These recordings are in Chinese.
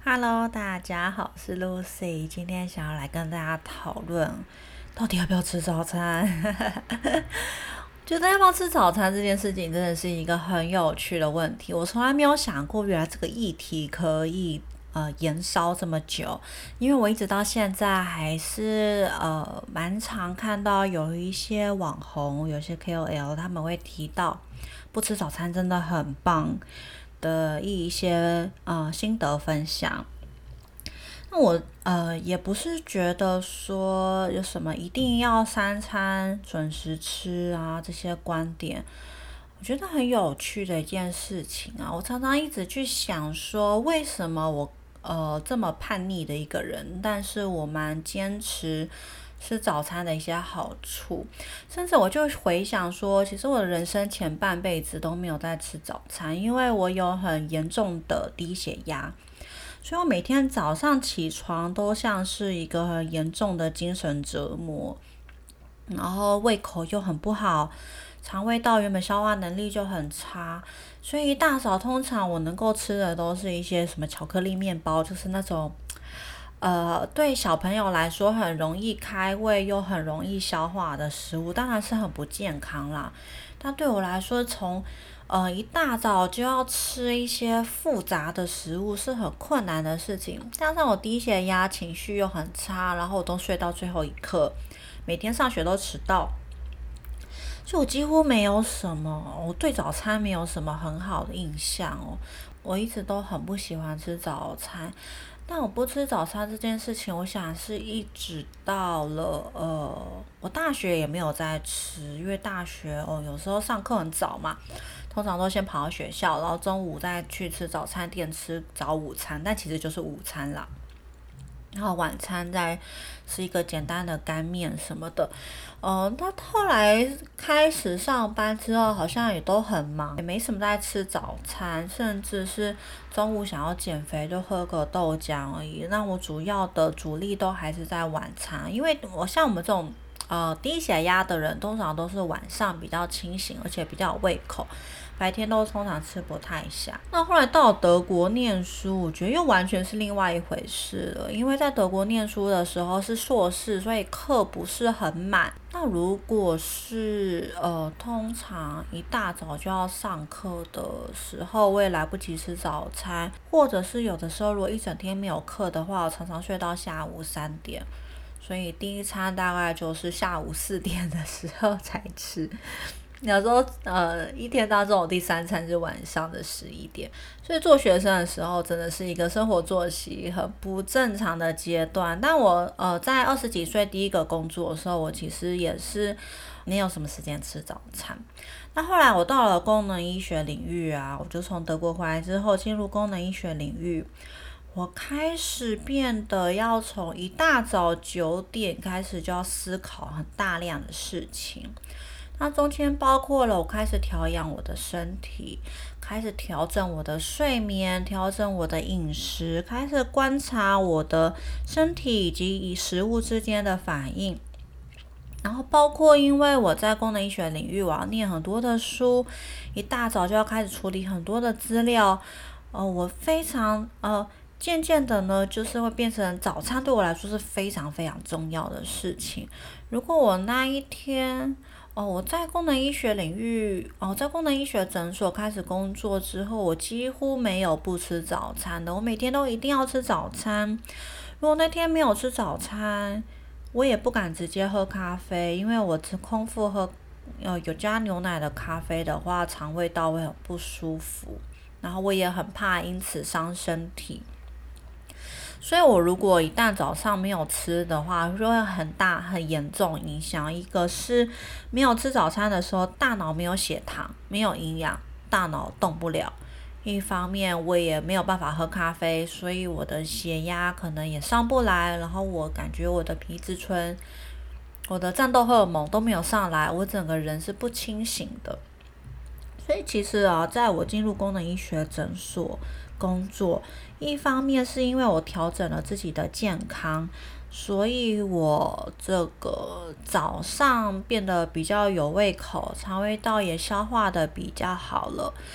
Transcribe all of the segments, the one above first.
Hello，大家好，我是 Lucy，今天想要来跟大家讨论，到底要不要吃早餐？觉得要不要吃早餐这件事情真的是一个很有趣的问题，我从来没有想过，原来这个议题可以延烧这么久，因为我一直到现在还是蛮常看到有一些网红，有些 KOL 他们会提到不吃早餐真的很棒的一些心得分享。那我也不是觉得说有什么一定要三餐准时吃啊这些观点，我觉得很有趣的一件事情啊。我常常一直去想说，为什么我这么叛逆的一个人，但是我蛮坚持吃早餐的一些好处，甚至我就回想说，其实我的人生前半辈子都没有在吃早餐，因为我有很严重的低血压。所以我每天早上起床都像是一个很严重的精神折磨，然后胃口又很不好，肠胃道原本消化能力就很差，所以一大早通常我能够吃的都是一些什么巧克力面包，就是那种对小朋友来说很容易开胃又很容易消化的食物，当然是很不健康啦。但对我来说，从一大早就要吃一些复杂的食物是很困难的事情，加上我低血压，情绪又很差，然后我都睡到最后一刻，每天上学都迟到，所以我几乎没有什么，我对早餐没有什么很好的印象哦。我一直都很不喜欢吃早餐，但我不吃早餐这件事情，我想是一直到了我大学也没有在吃，因为大学有时候上课很早嘛，通常都先跑到学校，然后中午再去吃早餐店吃早午餐，但其实就是午餐啦。然后晚餐再吃一个简单的干面什么的，他后来开始上班之后，好像也都很忙，也没什么在吃早餐，甚至是中午想要减肥就喝个豆浆而已。那我主要的主力都还是在晚餐，因为像我们这种低血压的人，通常都是晚上比较清醒，而且比较有胃口。白天都通常吃不太下。那后来到德国念书，我觉得又完全是另外一回事了。因为在德国念书的时候是硕士，所以课不是很满。那如果是通常一大早就要上课的时候，我也来不及吃早餐，或者是有的时候如果一整天没有课的话，我常常睡到下午3点。所以第一餐大概就是下午4点的时候才吃。有时候一天当中第三餐是晚上的11点，所以做学生的时候真的是一个生活作息很不正常的阶段。但我在20几岁第一个工作的时候，我其实也是没有什么时间吃早餐。那后来我到了功能医学领域啊，我就从德国回来之后进入功能医学领域，我开始变得要从一大早9点开始就要思考很大量的事情。那中间包括了我开始调养我的身体，开始调整我的睡眠，调整我的饮食，开始观察我的身体以及食物之间的反应。然后包括因为我在功能医学领域，我要念很多的书，一大早就要开始处理很多的资料。我非常渐渐的呢，就是会变成早餐对我来说是非常非常重要的事情。如果我那一天我在功能医学领域，在功能医学诊所开始工作之后，我几乎没有不吃早餐的，我每天都一定要吃早餐。如果那天没有吃早餐，我也不敢直接喝咖啡，因为我空腹喝有加牛奶的咖啡的话，肠胃道会很不舒服，然后我也很怕因此伤身体。所以我如果一旦早上没有吃的话，就会很严重影响。一个是没有吃早餐的时候，大脑没有血糖，没有营养，大脑动不了。一方面我也没有办法喝咖啡，所以我的血压可能也上不来，然后我感觉我的皮质醇、我的战斗荷尔蒙都没有上来，我整个人是不清醒的。所以其实在我进入功能医学诊所工作，一方面是因为我调整了自己的健康，所以我这个早上变得比较有胃口，肠胃道也消化的比较好了。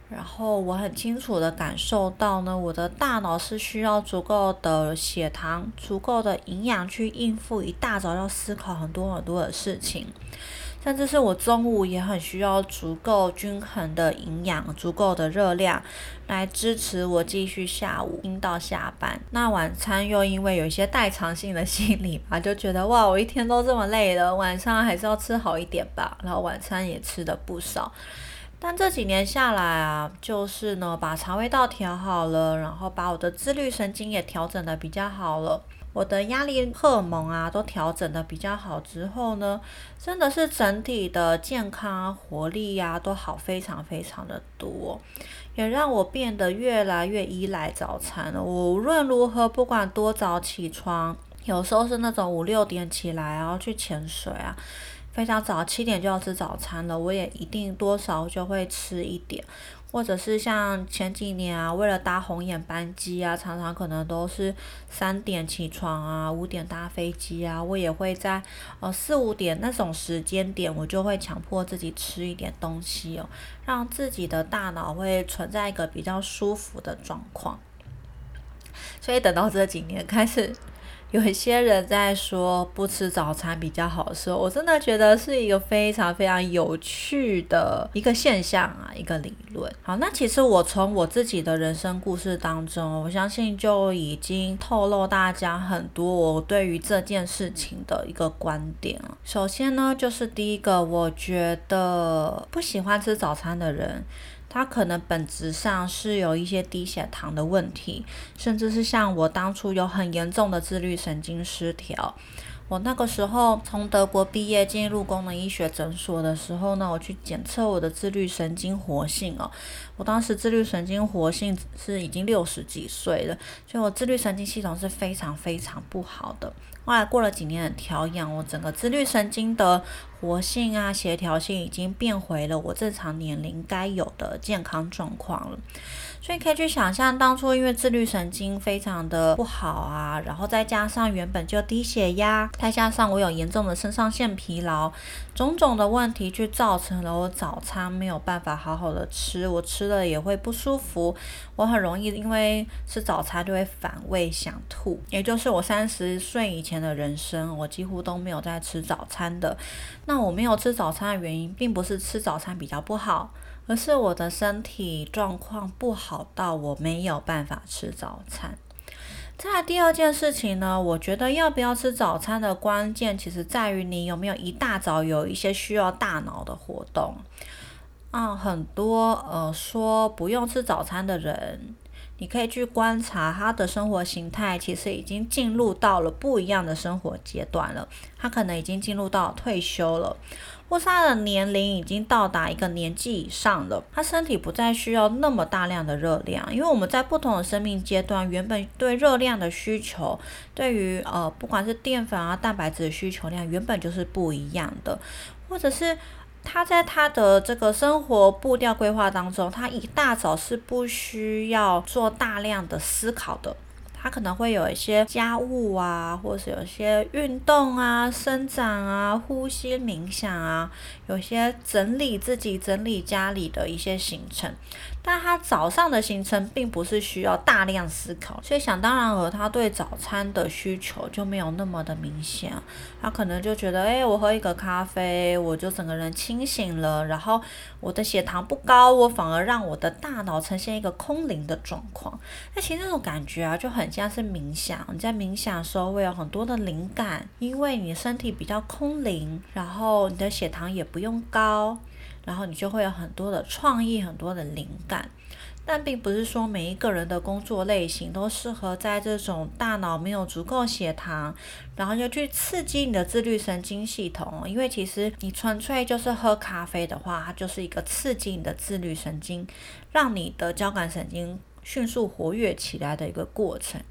然后我很清楚的感受到呢，我的大脑是需要足够的血糖、足够的营养去应付一大早要思考很多很多的事情，甚至是我中午也很需要足够均衡的营养、足够的热量来支持我继续下午拼到下班。那晚餐又因为有一些代偿性的心理吧，就觉得哇，我一天都这么累了，晚上还是要吃好一点吧，然后晚餐也吃的不少。但这几年下来啊，就是呢，把肠胃道调好了，然后把我的自律神经也调整的比较好了，我的压力荷尔蒙啊都调整的比较好之后呢，真的是整体的健康活力啊都好非常非常的多，也让我变得越来越依赖早餐了。我无论如何，不管多早起床，有时候是那种5、6点起来然后去潜水啊，非常早7点就要吃早餐了，我也一定多少就会吃一点，或者是像前几年啊，为了搭红眼班机啊，常常可能都是3点起床啊，5点搭飞机啊，我也会在4、5点那种时间点，我就会强迫自己吃一点东西哦，让自己的大脑会存在一个比较舒服的状况。所以等到这几年开始有一些人在说不吃早餐比较好的时候，我真的觉得是一个非常非常有趣的一个现象啊，一个理论。好，那其实我从我自己的人生故事当中，我相信就已经透露大家很多我对于这件事情的一个观点了。首先呢，就是第一个，我觉得不喜欢吃早餐的人，他可能本质上是有一些低血糖的问题，甚至是像我当初有很严重的自律神经失调。我那个时候从德国毕业进入功能医学诊所的时候呢，我去检测我的自律神经活性哦。我当时自律神经活性是已经60几岁了，所以我自律神经系统是非常非常不好的。后来过了几年的调养，我整个自律神经的活性啊、协调性已经变回了我正常年龄该有的健康状况了。所以可以去想象，当初因为自律神经非常的不好啊，然后再加上原本就低血压，再加上我有严重的肾上腺疲劳，种种的问题去造成了我早餐没有办法好好的吃，我吃了也会不舒服，我很容易因为吃早餐就会反胃想吐，也就是我30岁以前的人生，我几乎都没有在吃早餐的。那我没有吃早餐的原因，并不是吃早餐比较不好，而是我的身体状况不好到我没有办法吃早餐。再来第二件事情呢，我觉得要不要吃早餐的关键其实在于你有没有一大早有一些需要大脑的活动。很多说不用吃早餐的人，你可以去观察他的生活形态，其实已经进入到了不一样的生活阶段了。他可能已经进入到退休了，或是他的年龄已经到达一个年纪以上了，他身体不再需要那么大量的热量。因为我们在不同的生命阶段，原本对热量的需求，对于不管是淀粉啊、蛋白质的需求量，原本就是不一样的，或者是他在他的这个生活步调规划当中，他一大早是不需要做大量的思考的，他可能会有一些家务啊，或是有一些运动啊、伸展啊、呼吸冥想啊，有些整理自己、整理家里的一些行程。但他早上的行程并不是需要大量思考，所以想当然尔，他对早餐的需求就没有那么的明显。他可能就觉得，我喝一个咖啡，我就整个人清醒了，然后我的血糖不高，我反而让我的大脑呈现一个空灵的状况。那其实那种感觉啊，就很像是冥想。你在冥想的时候会有很多的灵感，因为你的身体比较空灵，然后你的血糖也不用高，然后你就会有很多的创意，很多的灵感。但并不是说每一个人的工作类型都适合在这种大脑没有足够血糖，然后就去刺激你的自律神经系统。因为其实你纯粹就是喝咖啡的话，它就是一个刺激你的自律神经，让你的交感神经迅速活跃起来的一个过程。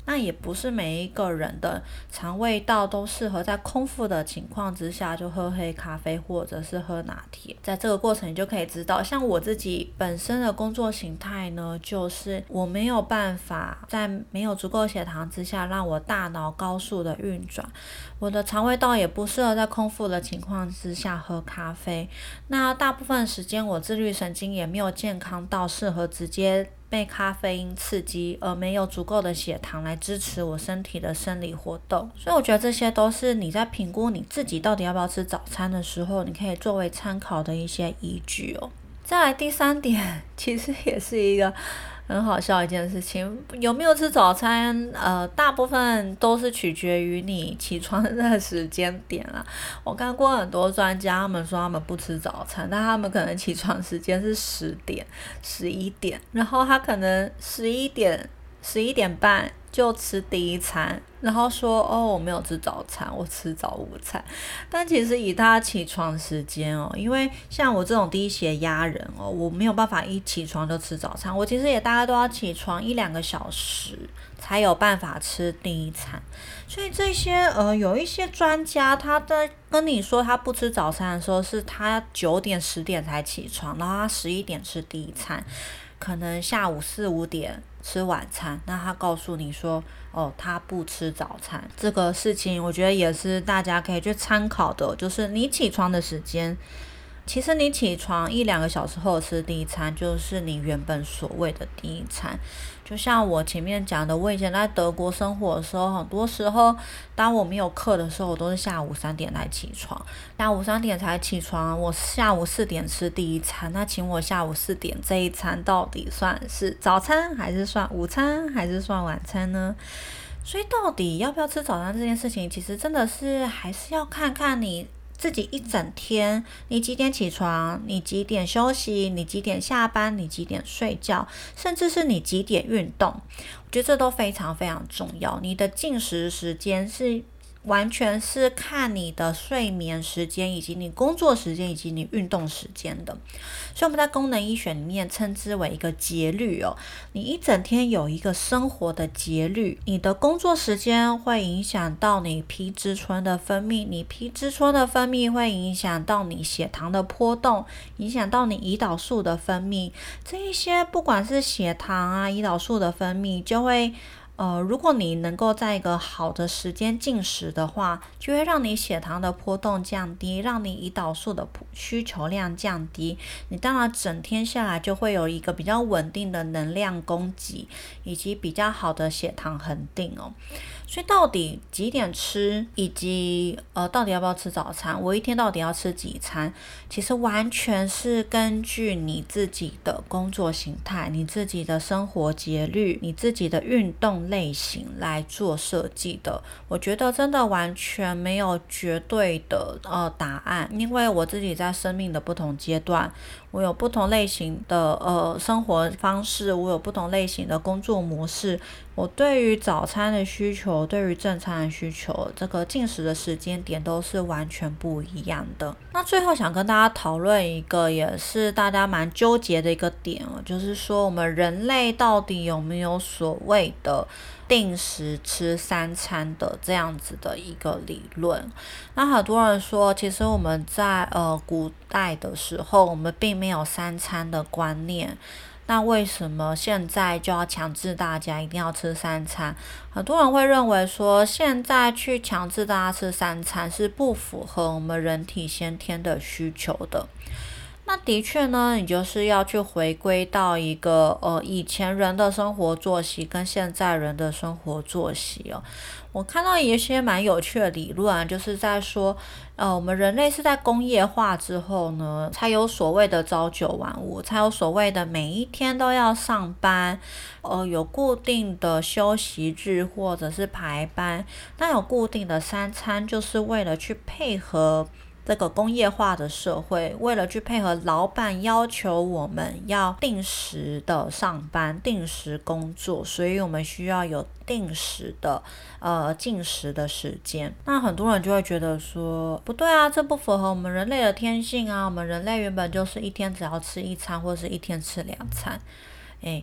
那也不是每一个人的肠胃道都适合在空腹的情况之下就喝黑咖啡或者是喝拿铁。在这个过程你就可以知道，像我自己本身的工作形态呢，就是我没有办法在没有足够血糖之下让我大脑高速的运转，我的肠胃道也不适合在空腹的情况之下喝咖啡。那大部分时间我自律神经也没有健康到适合直接被咖啡因刺激，而没有足够的血糖来支持我身体的生理活动。所以我觉得这些都是你在评估你自己到底要不要吃早餐的时候，你可以作为参考的一些依据哦。再来第3点，其实也是一个很好笑的一件事情，有没有吃早餐大部分都是取决于你起床的那个时间点啦。我看过很多专家，他们说他们不吃早餐，但他们可能起床时间是10点11点，然后他可能11点半就吃第一餐，然后说我没有吃早餐，我吃早午餐。但其实以他起床时间因为像我这种低血压人我没有办法一起床就吃早餐，我其实也大概都要起床1-2个小时才有办法吃第一餐。所以这些有一些专家他在跟你说他不吃早餐的时候，是他9点10点才起床，然后他11点吃第一餐，可能下午4、5点吃晚餐，那他告诉你说他不吃早餐。这个事情我觉得也是大家可以去参考的，就是你起床的时间，其实你起床1-2个小时后吃第一餐，就是你原本所谓的第一餐。就像我前面讲的，我以前在德国生活的时候，很多时候当我没有课的时候，我都是下午3点来起床，下午3点才起床，我下午4点吃第一餐。那请我下午4点这一餐到底算是早餐还是算午餐还是算晚餐呢？所以到底要不要吃早餐这件事情，其实真的是还是要看看你自己一整天，你几点起床，你几点休息，你几点下班，你几点睡觉，甚至是你几点运动，我觉得这都非常非常重要。你的进食时间是完全是看你的睡眠时间，以及你工作时间，以及你运动时间的。所以我们在功能医学里面称之为一个节律你一整天有一个生活的节律，你的工作时间会影响到你皮质醇的分泌，你皮质醇的分泌会影响到你血糖的波动，影响到你胰岛素的分泌。这一些不管是血糖啊、胰岛素的分泌，就会如果你能够在一个好的时间进食的话，就会让你血糖的波动降低，让你胰岛素的需求量降低，你当然整天下来就会有一个比较稳定的能量供给，以及比较好的血糖恒定所以到底几点吃，以及到底要不要吃早餐，我一天到底要吃几餐，其实完全是根据你自己的工作形态，你自己的生活节律，你自己的运动类型来做设计的。我觉得真的完全没有绝对的答案，因为我自己在生命的不同阶段，我有不同类型的生活方式，我有不同类型的工作模式，我对于早餐的需求，对于正餐的需求，这个进食的时间点都是完全不一样的。那最后想跟大家讨论一个也是大家蛮纠结的一个点就是说我们人类到底有没有所谓的定时吃3餐的这样子的一个理论。那很多人说其实我们在古代的时候，我们并没有3餐的观念，那为什么现在就要强制大家一定要吃3餐？很多人会认为说现在去强制大家吃3餐是不符合我们人体先天的需求的。那的确呢，你就是要去回归到一个以前人的生活作息跟现在人的生活作息我看到一些蛮有趣的理论就是在说我们人类是在工业化之后呢，才有所谓的朝九晚五，才有所谓的每一天都要上班有固定的休息日或者是排班，那有固定的3餐，就是为了去配合这个工业化的社会，为了去配合老板要求我们要定时的上班，定时工作，所以我们需要有定时的进食的时间。那很多人就会觉得说不对啊，这不符合我们人类的天性啊，我们人类原本就是一天只要吃1餐或是一天吃2餐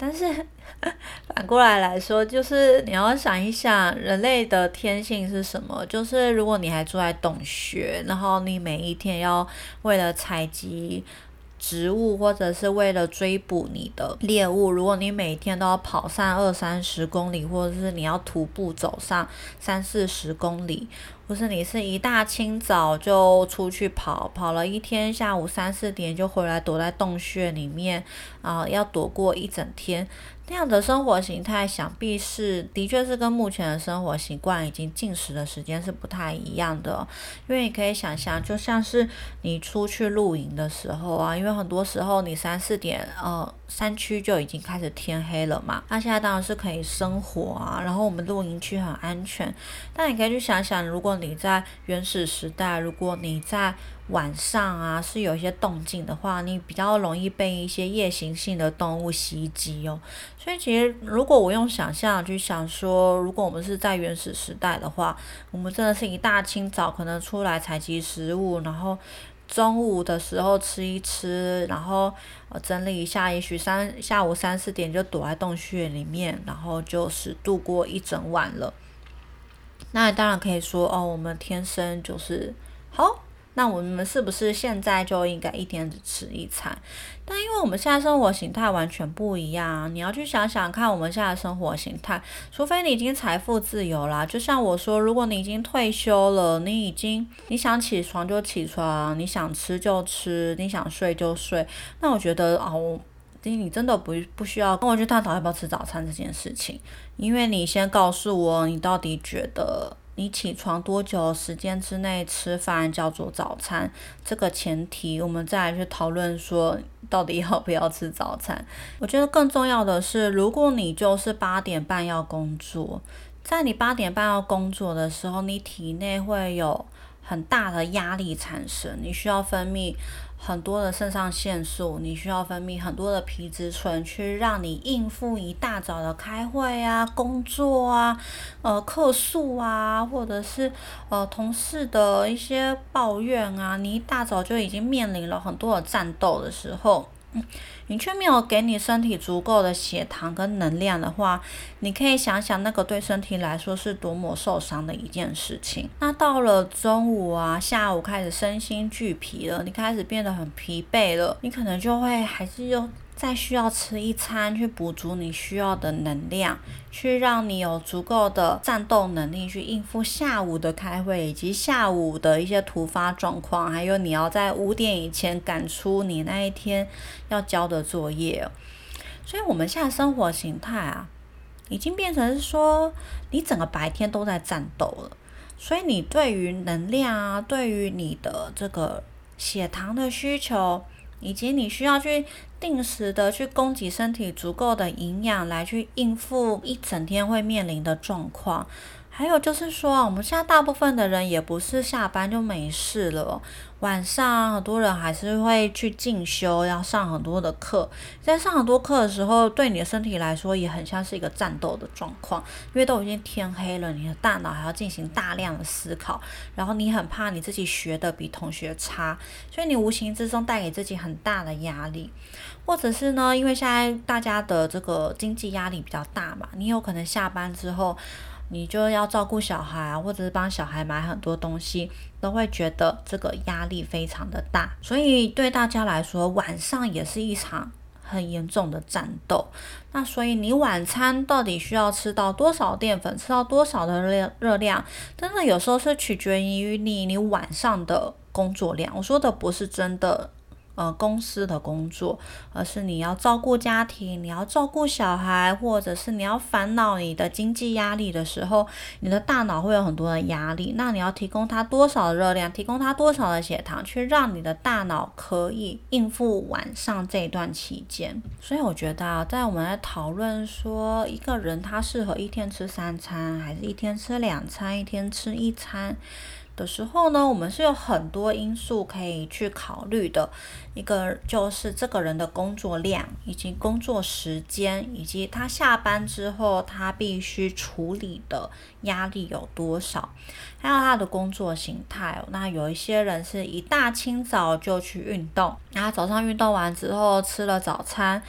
但是反过来说，就是你要想一想人类的天性是什么，就是如果你还住在洞穴，然后你每一天要为了采集植物或者是为了追捕你的猎物，如果你每天都要跑上20-30公里，或者是你要徒步走上30-40公里，或是你是一大清早就出去跑了一天，下午3-4点就回来躲在洞穴里面要躲过一整天，那样的生活形态想必的确是跟目前的生活习惯以及进食的时间是不太一样的因为你可以想象，就像是你出去露营的时候因为很多时候你3-4点山区就已经开始天黑了嘛，那现在当然是可以生火然后我们露营区很安全，但你可以去想想，如果你在原始时代，如果你在晚上是有一些动静的话，你比较容易被一些夜行性的动物袭击所以其实如果我用想象去想说，如果我们是在原始时代的话，我们真的是一大清早可能出来采集食物，然后中午的时候吃一吃，然后整理一下，也许下午3-4点就躲在洞穴里面，然后就是度过一整晚了。那当然可以说我们天生就是好，那我们是不是现在就应该一天只吃一餐？但因为我们现在生活形态完全不一样你要去想想看我们现在的生活形态，除非你已经财富自由啦，就像我说，如果你已经退休了，你想起床就起床，你想吃就吃，你想睡就睡，那我觉得你真的不需要跟我去探讨要不要吃早餐这件事情，因为你先告诉我你到底觉得你起床多久时间之内吃饭叫做早餐，这个前提我们再来去讨论说到底要不要吃早餐。我觉得更重要的是，如果你就是8点半要工作，在你8点半要工作的时候，你体内会有很大的压力产生，你需要分泌很多的肾上腺素，你需要分泌很多的皮质醇，去让你应付一大早的开会工作客诉或者是同事的一些抱怨你一大早就已经面临了很多的战斗的时候，你却没有给你身体足够的血糖跟能量的话，你可以想想那个对身体来说是多么受伤的一件事情。那到了中午下午开始身心俱疲了，你开始变得很疲惫了，你可能就会还是又再需要吃一餐去补足你需要的能量，去让你有足够的战斗能力去应付下午的开会以及下午的一些突发状况，还有你要在5点以前赶出你那一天要交的作业所以我们现在生活形态已经变成是说你整个白天都在战斗了，所以你对于能量对于你的这个血糖的需求，以及你需要去定时的去供给身体足够的营养来去应付一整天会面临的状况。还有就是说我们现在大部分的人也不是下班就没事了晚上很多人还是会去进修，要上很多的课，在上很多课的时候，对你的身体来说也很像是一个战斗的状况，因为都已经天黑了，你的大脑还要进行大量的思考，然后你很怕你自己学的比同学差，所以你无形之中带给自己很大的压力。或者是呢，因为现在大家的这个经济压力比较大嘛，你有可能下班之后你就要照顾小孩或者是帮小孩买很多东西，都会觉得这个压力非常的大，所以对大家来说晚上也是一场很严重的战斗。那所以你晚餐到底需要吃到多少淀粉，吃到多少的热量，真的有时候是取决于你晚上的工作量。我说的不是真的公司的工作，而是你要照顾家庭，你要照顾小孩，或者是你要烦恼你的经济压力的时候，你的大脑会有很多的压力，那你要提供它多少的热量，提供它多少的血糖，去让你的大脑可以应付晚上这一段期间。所以我觉得在我们在讨论说一个人他适合一天吃3餐还是一天吃2餐，一天吃1餐的时候呢，我们是有很多因素可以去考虑的。一个就是这个人的工作量，以及工作时间，以及他下班之后他必须处理的压力有多少，还有他的工作形态。那有一些人是一大清早就去运动，那早上运动完之后吃了早餐，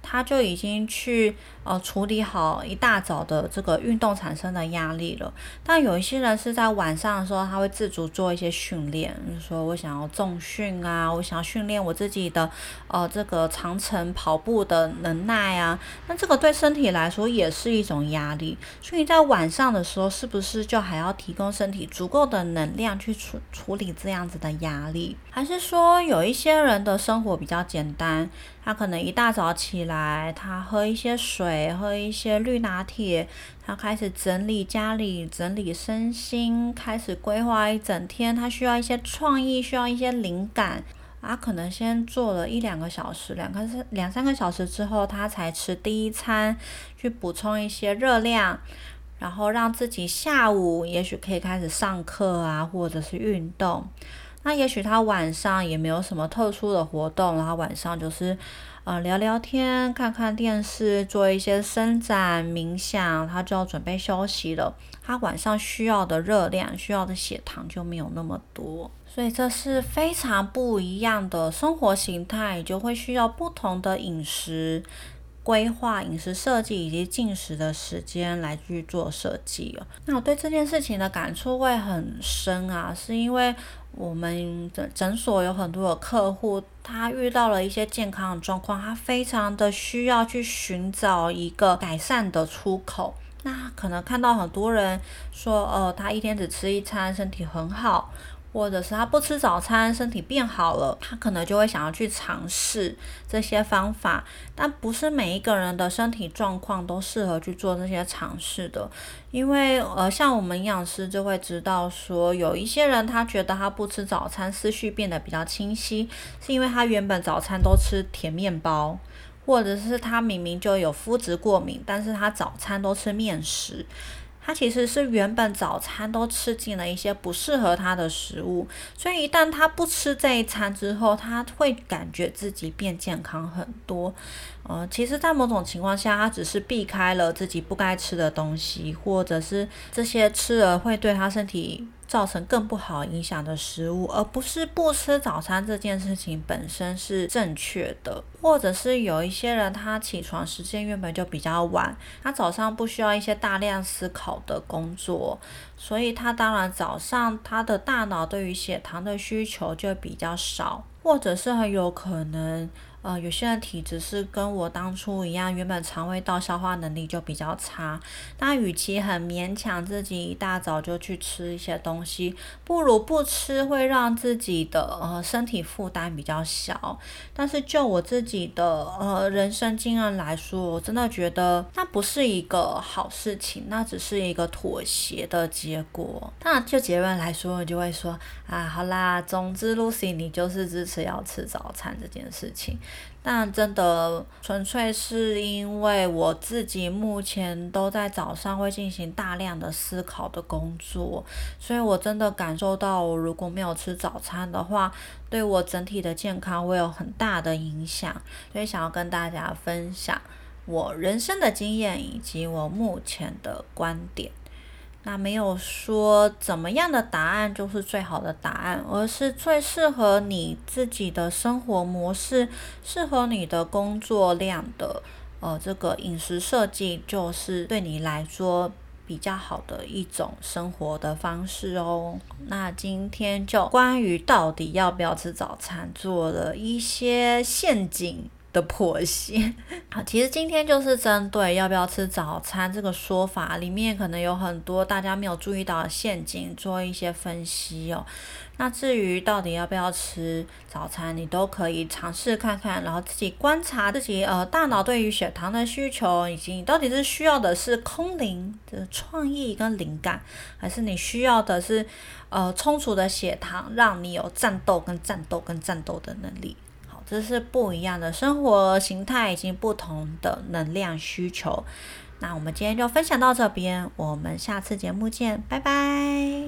他就已经去处理好一大早的这个运动产生的压力了。但有一些人是在晚上的时候，他会自主做一些训练，就是说我想要重训啊，我想要训练我自己的这个长程跑步的能耐啊，那这个对身体来说也是一种压力。所以在晚上的时候，是不是就还要提供身体足够的能量去处理这样子的压力？还是说有一些人的生活比较简单，他可能一大早起来，他喝一些水，喝一些绿拿铁，他开始整理家里，整理身心，开始规划一整天，他需要一些创意，需要一些灵感。可能先做了1-2个小时，2-3个小时之后，他才吃第一餐，去补充一些热量，然后让自己下午也许可以开始上课啊，或者是运动。那也许他晚上也没有什么特殊的活动，然后晚上就是聊聊天，看看电视，做一些伸展冥想，他就要准备休息了。他晚上需要的热量，需要的血糖就没有那么多。所以这是非常不一样的生活形态，就会需要不同的饮食规划、饮食设计以及进食的时间来去做设计哦。那我对这件事情的感触会很深啊，是因为我们的诊所有很多的客户，他遇到了一些健康的状况，他非常的需要去寻找一个改善的出口。那可能看到很多人说他一天只吃1餐，身体很好，或者是他不吃早餐，身体变好了，他可能就会想要去尝试这些方法。但不是每一个人的身体状况都适合去做这些尝试的。因为像我们营养师就会知道说，有一些人他觉得他不吃早餐，思绪变得比较清晰，是因为他原本早餐都吃甜面包，或者是他明明就有麸质过敏，但是他早餐都吃面食。他其实是原本早餐都吃进了一些不适合他的食物，所以一旦他不吃这一餐之后，他会感觉自己变健康很多。其实在某种情况下，他只是避开了自己不该吃的东西，或者是这些吃了会对他身体造成更不好影响的食物，而不是不吃早餐这件事情本身是正确的。或者是有一些人他起床时间原本就比较晚，他早上不需要一些大量思考的工作，所以他当然早上他的大脑对于血糖的需求就比较少。或者是很有可能有些人体质是跟我当初一样，原本肠胃道消化能力就比较差，那与其很勉强自己一大早就去吃一些东西，不如不吃，会让自己的身体负担比较小。但是就我自己的人生经验来说，我真的觉得那不是一个好事情，那只是一个妥协的结果。当然就结论来说，你就会说好啦，总之 Lucy 你就是支持要吃早餐这件事情。但真的纯粹是因为我自己目前都在早上会进行大量的思考的工作，所以我真的感受到我如果没有吃早餐的话，对我整体的健康会有很大的影响。所以想要跟大家分享我人生的经验以及我目前的观点。那没有说怎么样的答案就是最好的答案，而是最适合你自己的生活模式，适合你的工作量的这个饮食设计，就是对你来说比较好的一种生活的方式哦。那今天就关于到底要不要吃早餐做了一些陷阱的剖析。好，其实今天就是针对要不要吃早餐这个说法里面可能有很多大家没有注意到的陷阱做一些分析哦。那至于到底要不要吃早餐，你都可以尝试看看，然后自己观察自己大脑对于血糖的需求，以及你到底是需要的是空灵的创意跟灵感，还是你需要的是充足的血糖，让你有战斗的能力。这是不一样的生活形态以及不同的能量需求。那我们今天就分享到这边，我们下次节目见，拜拜。